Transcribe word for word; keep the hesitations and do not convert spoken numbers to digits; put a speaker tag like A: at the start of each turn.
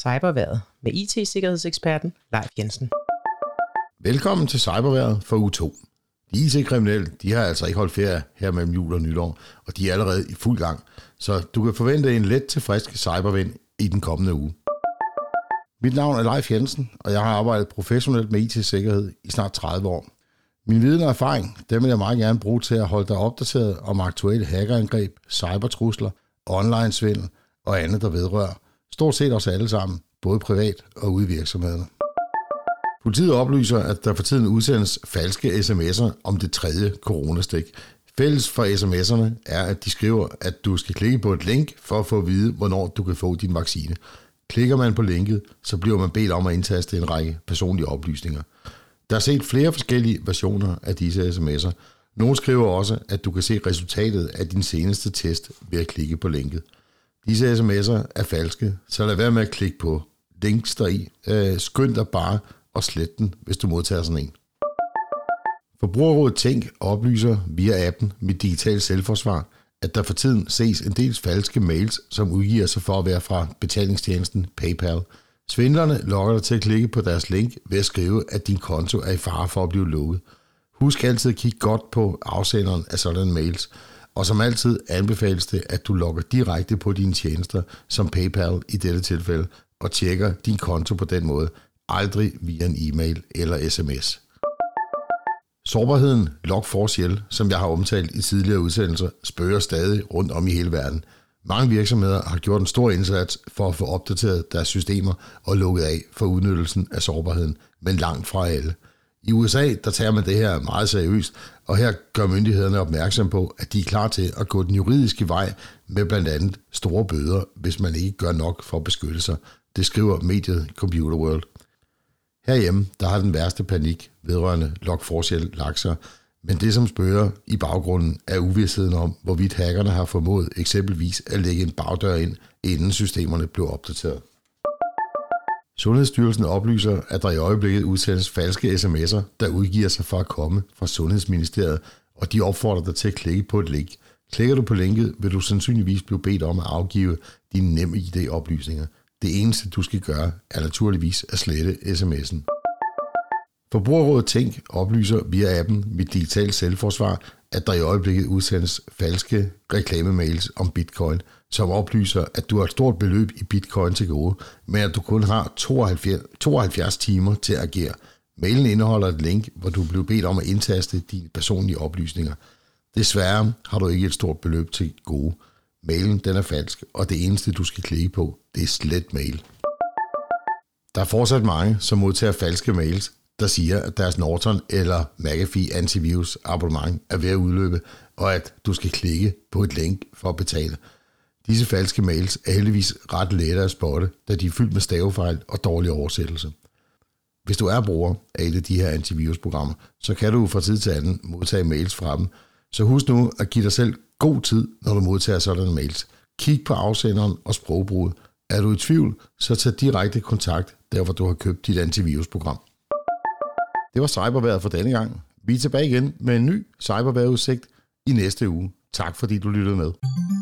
A: Cyberværet med I T-sikkerhedseksperten Leif Jensen.
B: Velkommen til Cyberværet for uge to. De I T-kriminelle, de har altså ikke holdt ferie her mellem jul og nytår, og de er allerede i fuld gang, så du kan forvente en let til frisk cybervind i den kommende uge. Mit navn er Leif Jensen, og jeg har arbejdet professionelt med I T-sikkerhed i snart tredive år. Min viden og erfaring, dem vil jeg meget gerne bruge til at holde dig opdateret om aktuelle hackerangreb, cybertrusler, online-svindel og andet, der vedrører stort set os alle sammen, både privat og ude i virksomhederne. Politiet oplyser, at der for tiden udsendes falske sms'er om det tredje coronastik. Fælles for sms'erne er, at de skriver, at du skal klikke på et link for at få at vide, hvornår du kan få din vaccine. Klikker man på linket, så bliver man bedt om at indtaste en række personlige oplysninger. Der er set flere forskellige versioner af disse sms'er. Nogle skriver også, at du kan se resultatet af din seneste test ved at klikke på linket. Disse sms'er er falske, så lad være med at klikke på links deri. Øh, skynd dig bare og slet den, hvis du modtager sådan en. Forbrugerrådet Tænk oplyser via appen Mit Digitale Selvforsvar, at der for tiden ses en del falske mails, som udgiver sig for at være fra betalingstjenesten PayPal. Svindlerne lokker dig til at klikke på deres link ved at skrive, at din konto er i fare for at blive lukket. Husk altid at kigge godt på afsenderen af sådanne mails, og som altid anbefales det, at du logger direkte på dine tjenester, som PayPal i dette tilfælde, og tjekker din konto på den måde, aldrig via en e-mail eller sms. Sårbarheden log four shell, som jeg har omtalt i tidligere udsendelser, spøger stadig rundt om i hele verden. Mange virksomheder har gjort en stor indsats for at få opdateret deres systemer og lukket af for udnyttelsen af sårbarheden, men langt fra alle. I U S A der tager man det her meget seriøst, og her gør myndighederne opmærksom på, at de er klar til at gå den juridiske vej med blandt andet store bøder, hvis man ikke gør nok for at beskytte sig. Det skriver mediet Computer World. Herhjemme der har den værste panik vedrørende log four shell lagt sig, men det som spøger i baggrunden er uvidstheden om, hvorvidt hackerne har formået eksempelvis at lægge en bagdør ind, inden systemerne blev opdateret. Sundhedsstyrelsen oplyser, at der i øjeblikket udsendes falske sms'er, der udgiver sig for at komme fra Sundhedsministeriet, og de opfordrer dig til at klikke på et link. Klikker du på linket, vil du sandsynligvis blive bedt om at afgive dine nem I D-oplysninger. Det eneste, du skal gøre, er naturligvis at slette sms'en. Forbrugerrådet Tænk oplyser via appen Mit Digitale Selvforsvar, at der i øjeblikket udsendes falske reklamemails om bitcoin, som oplyser, at du har et stort beløb i bitcoin til gode, men at du kun har tooghalvfjerds timer til at agere. Mailen indeholder et link, hvor du bliver bedt om at indtaste dine personlige oplysninger. Desværre har du ikke et stort beløb til gode. Mailen den er falsk, og det eneste du skal klikke på, det er slet mail. Der er fortsat mange, som modtager falske mails, der siger, at deres Norton eller McAfee antivirus abonnement er ved at udløbe, og at du skal klikke på et link for at betale. Disse falske mails er heldigvis ret lette at spotte, da de er fyldt med stavefejl og dårlig oversættelse. Hvis du er bruger af et af de her antivirusprogrammer, så kan du fra tid til anden modtage mails fra dem. Så husk nu at give dig selv god tid, når du modtager sådanne mails. Kig på afsenderen og sprogbruget. Er du i tvivl, så tag direkte kontakt, der hvor du har købt dit antivirusprogram. Det var Cyberværet for denne gang. Vi er tilbage igen med en ny Cyberværetudsigt i næste uge. Tak fordi du lyttede med.